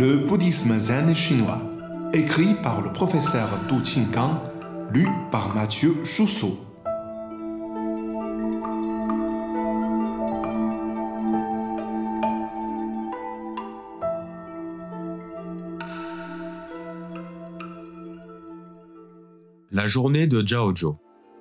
Le bouddhisme zen chinois, écrit par le professeur Du Qinggang, lu par Mathieu Chousseau. La journée de Jiaozhou.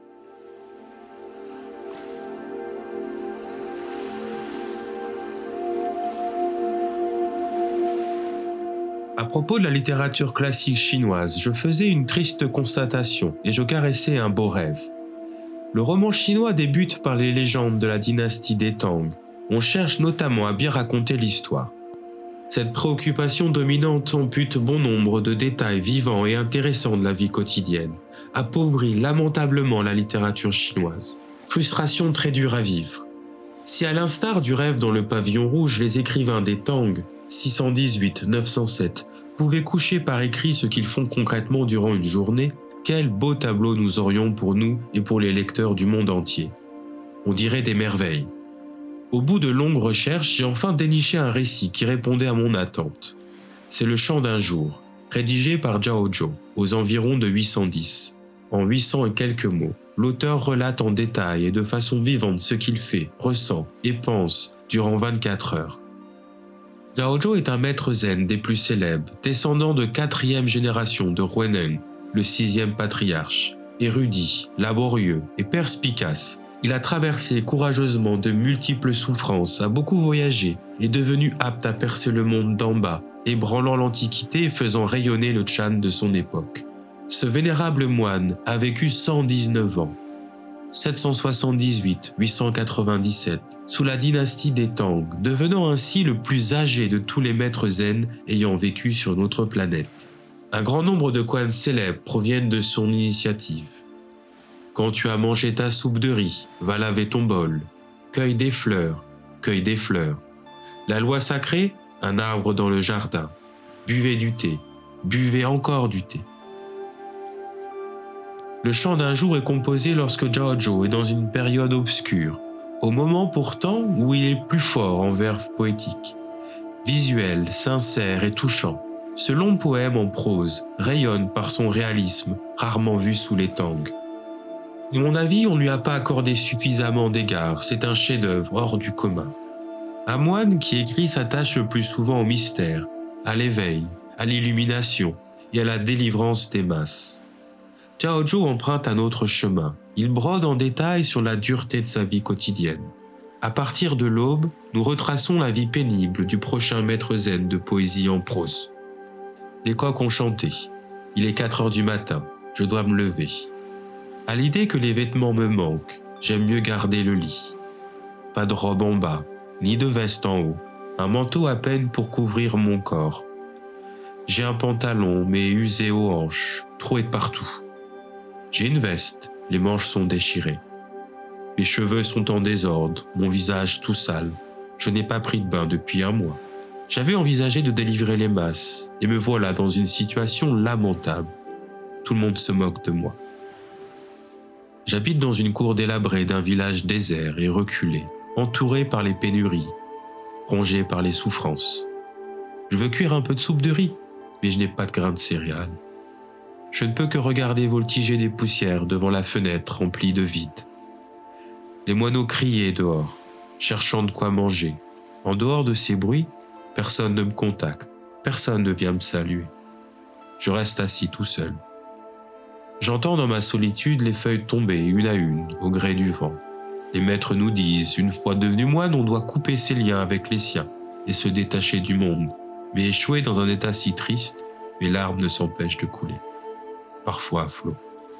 À propos de la littérature classique chinoise, je faisais une triste constatation et je caressais un beau rêve. Le roman chinois débute par les légendes de la dynastie des Tang. On cherche notamment à bien raconter l'histoire. Cette préoccupation dominante ampute bon nombre de détails vivants et intéressants de la vie quotidienne, appauvrit lamentablement la littérature chinoise. Frustration très dure à vivre. Si à l'instar du rêve dans le pavillon rouge, les écrivains des Tang, 618-907, pouvaient coucher par écrit ce qu'ils font concrètement durant une journée, quel beau tableau nous aurions pour nous et pour les lecteurs du monde entier. On dirait des merveilles. Au bout de longues recherches, j'ai enfin déniché un récit qui répondait à mon attente. C'est Le Chant d'un jour, rédigé par Jiaozhou, aux environs de 810. En 800 et quelques mots, l'auteur relate en détail et de façon vivante ce qu'il fait, ressent et pense durant 24 heures. Jiaozhou est un maître zen des plus célèbres, descendant de 4e génération de Huineng, le 6e patriarche. Érudit, laborieux et perspicace, il a traversé courageusement de multiples souffrances, a beaucoup voyagé, est devenu apte à percer le monde d'en bas, ébranlant l'Antiquité et faisant rayonner le Chan de son époque. Ce vénérable moine a vécu 119 ans, 778-897, sous la dynastie des Tang, devenant ainsi le plus âgé de tous les maîtres zen ayant vécu sur notre planète. Un grand nombre de koans célèbres proviennent de son initiative. Quand tu as mangé ta soupe de riz, va laver ton bol. Cueille des fleurs, cueille des fleurs. La loi sacrée, un arbre dans le jardin. Buvez du thé, buvez encore du thé. Le chant d'un jour est composé lorsque Jiaozhou est dans une période obscure, au moment pourtant où il est plus fort en verve poétique. Visuel, sincère et touchant, ce long poème en prose rayonne par son réalisme, rarement vu sous les Tang. À mon avis, on ne lui a pas accordé suffisamment d'égards, c'est un chef-d'œuvre hors du commun. Un moine qui écrit s'attache le plus souvent au mystère, à l'éveil, à l'illumination et à la délivrance des masses. Jiaozhou emprunte un autre chemin. Il brode en détail sur la dureté de sa vie quotidienne. À partir de l'aube, nous retraçons la vie pénible du prochain maître zen de poésie en prose. Les coqs ont chanté. Il est 4 heures du matin. Je dois me lever. À l'idée que les vêtements me manquent, j'aime mieux garder le lit. Pas de robe en bas, ni de veste en haut. Un manteau à peine pour couvrir mon corps. J'ai un pantalon, mais usé aux hanches, troué de partout. J'ai une veste, les manches sont déchirées. Mes cheveux sont en désordre, mon visage tout sale. Je n'ai pas pris de bain depuis 1 mois. J'avais envisagé de délivrer les masses, et me voilà dans une situation lamentable. Tout le monde se moque de moi. J'habite dans une cour délabrée d'un village désert et reculé, entouré par les pénuries, rongé par les souffrances. Je veux cuire un peu de soupe de riz, mais je n'ai pas de grains de céréales. Je ne peux que regarder voltiger des poussières devant la fenêtre remplie de vide. Les moineaux criaient dehors, cherchant de quoi manger. En dehors de ces bruits, personne ne me contacte, personne ne vient me saluer. Je reste assis tout seul. J'entends dans ma solitude les feuilles tomber une à une au gré du vent. Les maîtres nous disent, une fois devenu moine, on doit couper ses liens avec les siens et se détacher du monde. Mais échoué dans un état si triste, mes larmes ne s'empêchent de couler. Parfois à flot.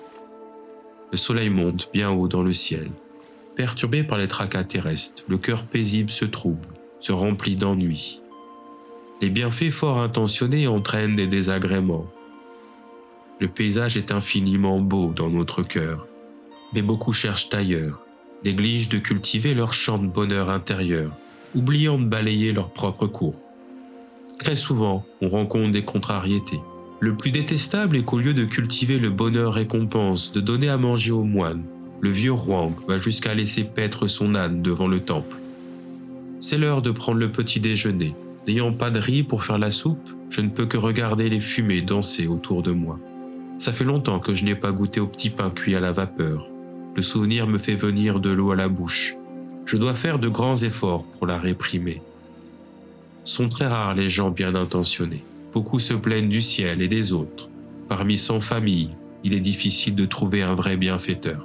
Le soleil monte bien haut dans le ciel. Perturbé par les tracas terrestres, le cœur paisible se trouble, se remplit d'ennui. Les bienfaits fort intentionnés entraînent des désagréments. Le paysage est infiniment beau dans notre cœur, mais beaucoup cherchent ailleurs, négligent de cultiver leur champ de bonheur intérieur, oubliant de balayer leur propre cours. Très souvent, on rencontre des contrariétés. Le plus détestable est qu'au lieu de cultiver le bonheur récompense, de donner à manger aux moines, le vieux Huang va jusqu'à laisser paître son âne devant le temple. C'est l'heure de prendre le petit déjeuner, N'ayant pas de riz pour faire la soupe, je ne peux que regarder les fumées danser autour de moi. Ça fait longtemps que je n'ai pas goûté au petit pain cuit à la vapeur. Le souvenir me fait venir de l'eau à la bouche. Je dois faire de grands efforts pour la réprimer. Sont très rares les gens bien intentionnés. Beaucoup se plaignent du ciel et des autres. Parmi 100 familles, il est difficile de trouver un vrai bienfaiteur.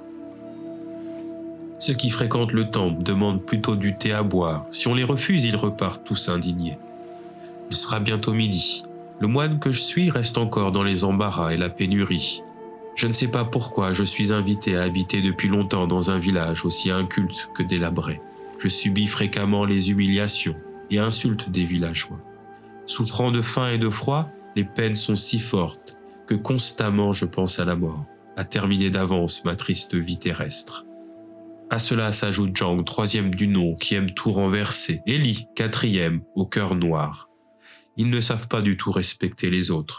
Ceux qui fréquentent le temple demandent plutôt du thé à boire. Si on les refuse, ils repartent tous indignés. Il sera bientôt midi. Le moine que je suis reste encore dans les embarras et la pénurie. Je ne sais pas pourquoi je suis invité à habiter depuis longtemps dans un village aussi inculte que délabré. Je subis fréquemment les humiliations et insultes des villageois. Souffrant de faim et de froid, les peines sont si fortes que constamment je pense à la mort, à terminer d'avance ma triste vie terrestre. À cela s'ajoute Zhang, 3e du nom, qui aime tout renverser, et Li, 4e, au cœur noir. Ils ne savent pas du tout respecter les autres.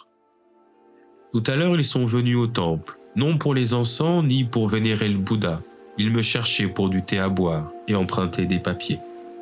Tout à l'heure, ils sont venus au temple, non pour les encens ni pour vénérer le Bouddha. Ils me cherchaient pour du thé à boire et emprunter des papiers.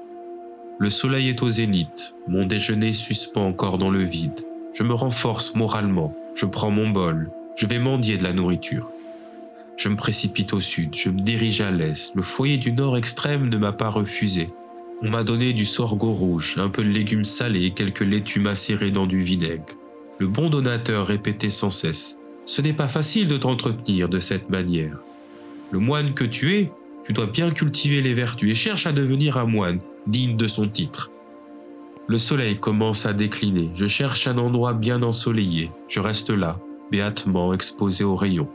Le soleil est au zénith, mon déjeuner suspend encore dans le vide. Je me renforce moralement, je prends mon bol, je vais mendier de la nourriture. Je me précipite au sud, je me dirige à l'est. Le foyer du nord extrême ne m'a pas refusé. On m'a donné du sorgho rouge, un peu de légumes salés et quelques laitues macérées dans du vinaigre. Le bon donateur répétait sans cesse « Ce n'est pas facile de t'entretenir de cette manière. Le moine que tu es, tu dois bien cultiver les vertus et cherche à devenir un moine, digne de son titre. » Le soleil commence à décliner, je cherche un endroit bien ensoleillé. Je reste là, béatement exposé aux rayons.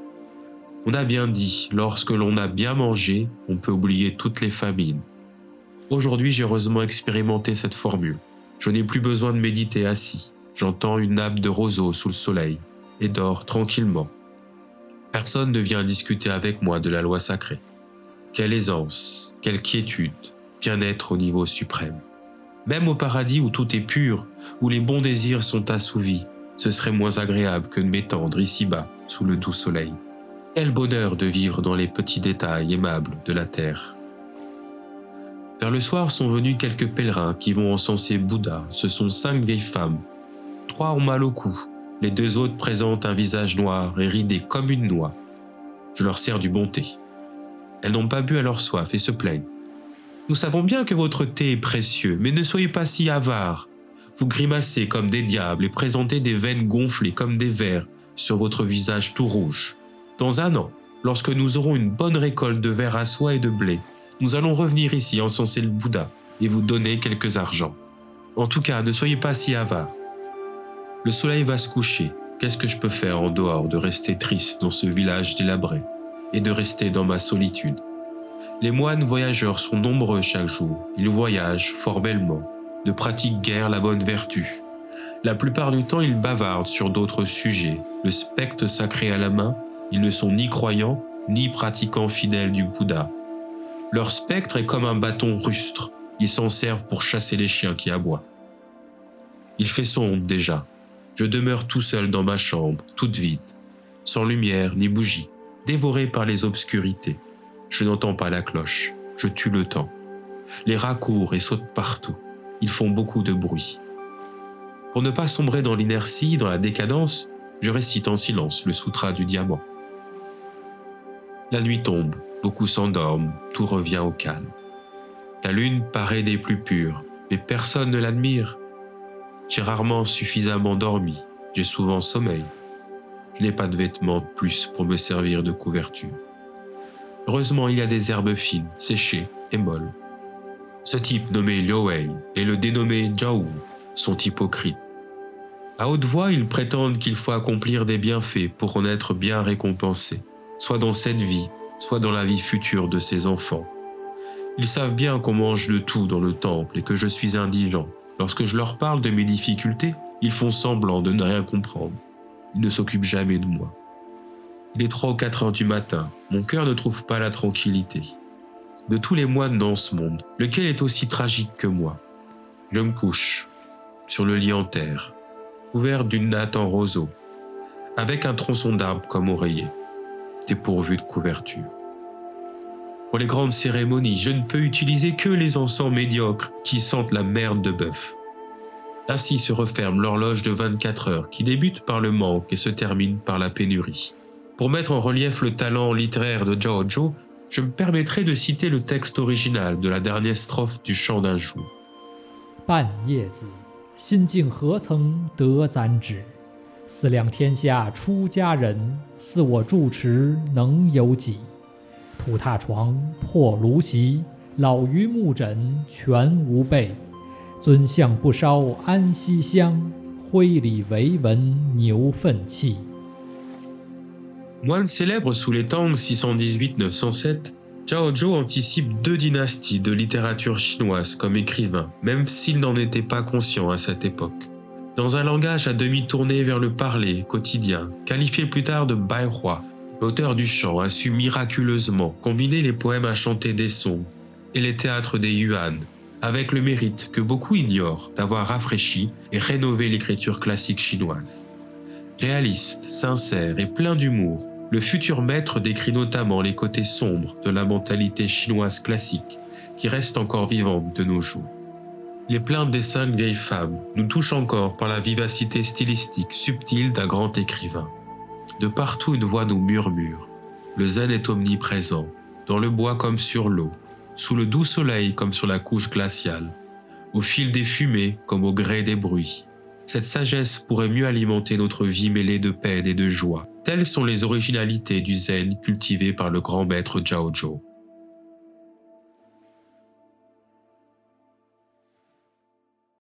On a bien dit, lorsque l'on a bien mangé, on peut oublier toutes les famines. Aujourd'hui, j'ai heureusement expérimenté cette formule. Je n'ai plus besoin de méditer assis. J'entends une nappe de roseaux sous le soleil et dors tranquillement. Personne ne vient discuter avec moi de la loi sacrée. Quelle aisance, quelle quiétude, bien-être au niveau suprême. Même au paradis où tout est pur, où les bons désirs sont assouvis, ce serait moins agréable que de m'étendre ici-bas sous le doux soleil. Quel bonheur de vivre dans les petits détails aimables de la terre. Vers le soir sont venus quelques pèlerins qui vont encenser Bouddha. Ce sont 5 vieilles femmes. 3 ont mal au cou. Les 2 autres présentent un visage noir et ridé comme une noix. Je leur sers du bon thé. Elles n'ont pas bu à leur soif et se plaignent. Nous savons bien que votre thé est précieux, mais ne soyez pas si avares. Vous grimacez comme des diables et présentez des veines gonflées comme des vers sur votre visage tout rouge. Dans 1 an, lorsque nous aurons une bonne récolte de vers à soie et de blé, nous allons revenir ici encenser le Bouddha et vous donner quelques argents. En tout cas, ne soyez pas si avares. Le soleil va se coucher. Qu'est-ce que je peux faire en dehors de rester triste dans ce village délabré et de rester dans ma solitude? Les moines voyageurs sont nombreux chaque jour. Ils voyagent fort bellement, ne pratiquent guère la bonne vertu. La plupart du temps, ils bavardent sur d'autres sujets. Le spectre sacré à la main, ils ne sont ni croyants, ni pratiquants fidèles du Bouddha. Leur spectre est comme un bâton rustre. Ils s'en servent pour chasser les chiens qui aboient. Il fait sombre déjà. Je demeure tout seul dans ma chambre, toute vide, sans lumière ni bougie, dévoré par les obscurités. Je n'entends pas la cloche. Je tue le temps. Les rats courent et sautent partout. Ils font beaucoup de bruit. Pour ne pas sombrer dans l'inertie, dans la décadence, je récite en silence le sutra du diamant. La nuit tombe, beaucoup s'endorment, tout revient au calme. La lune paraît des plus pures, mais personne ne l'admire. J'ai rarement suffisamment dormi, j'ai souvent sommeil. Je n'ai pas de vêtements de plus pour me servir de couverture. Heureusement, il y a des herbes fines, séchées et molles. Ce type nommé Liu Wei et le dénommé Zhao Wu sont hypocrites. À haute voix, ils prétendent qu'il faut accomplir des bienfaits pour en être bien récompensé, soit dans cette vie, soit dans la vie future de ses enfants. Ils savent bien qu'on mange de tout dans le temple et que je suis indigent. Lorsque je leur parle de mes difficultés, ils font semblant de ne rien comprendre. Ils ne s'occupent jamais de moi. Il est 3 ou 4 heures du matin. Mon cœur ne trouve pas la tranquillité. De tous les moines dans ce monde, lequel est aussi tragique que moi? Je me couche, sur le lit en terre, couvert d'une natte en roseau, avec un tronçon d'arbre comme oreiller, dépourvu de couverture. Pour les grandes cérémonies, je ne peux utiliser que les encens médiocres qui sentent la merde de bœuf. Ainsi se referme l'horloge de 24 heures qui débute par le manque et se termine par la pénurie. Pour mettre en relief le talent littéraire de Zhao Zhou, je me permettrai de citer le texte original de la dernière strophe du Chant d'un jour. 半叶子，心境何曾得簪指？思量天下出佳人，似我住持能有几？土榻床，破芦席，老榆木枕全无备。尊相不烧安息香，灰里惟闻牛粪气。 Moine célèbre sous les Tang 618-907, Zhao Zhou anticipe 2 dynasties de littérature chinoise comme écrivain, même s'il n'en était pas conscient à cette époque. Dans un langage à demi tourné vers le parler quotidien, qualifié plus tard de baihua, l'auteur du chant a su miraculeusement combiner les poèmes à chanter des sons et les théâtres des yuan, avec le mérite que beaucoup ignorent d'avoir rafraîchi et rénové l'écriture classique chinoise. Réaliste, sincère et plein d'humour, le futur maître décrit notamment les côtés sombres de la mentalité chinoise classique qui reste encore vivante de nos jours. Les plaintes des 5 vieilles femmes nous touchent encore par la vivacité stylistique subtile d'un grand écrivain. De partout une voix nous murmure. Le zen est omniprésent, dans le bois comme sur l'eau, sous le doux soleil comme sur la couche glaciale, au fil des fumées comme au gré des bruits. Cette sagesse pourrait mieux alimenter notre vie mêlée de peine et de joie. Telles sont les originalités du zen cultivé par le grand maître Zhao Zhou.